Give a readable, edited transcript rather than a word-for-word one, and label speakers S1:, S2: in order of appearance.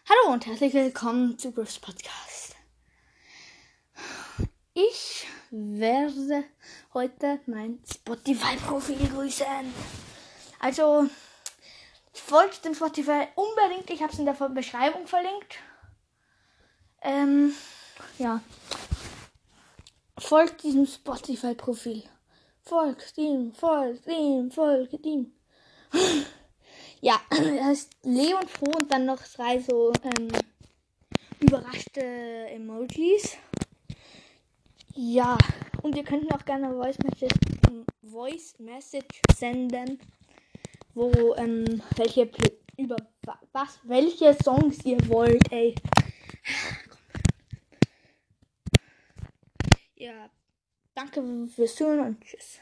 S1: Hallo und herzlich willkommen zu Griff's Podcast. Ich werde heute mein Spotify-Profil grüßen. Also folgt dem Spotify unbedingt. Ich habe es in der Beschreibung verlinkt. Folgt diesem Spotify-Profil. Folgt ihm. Ja, er heißt Leon Froh und dann noch 3 so überraschte Emojis. Ja, und ihr könnt mir auch gerne Voice Message senden, wo welche Songs ihr wollt, ey. Ja, danke fürs Zuhören und tschüss.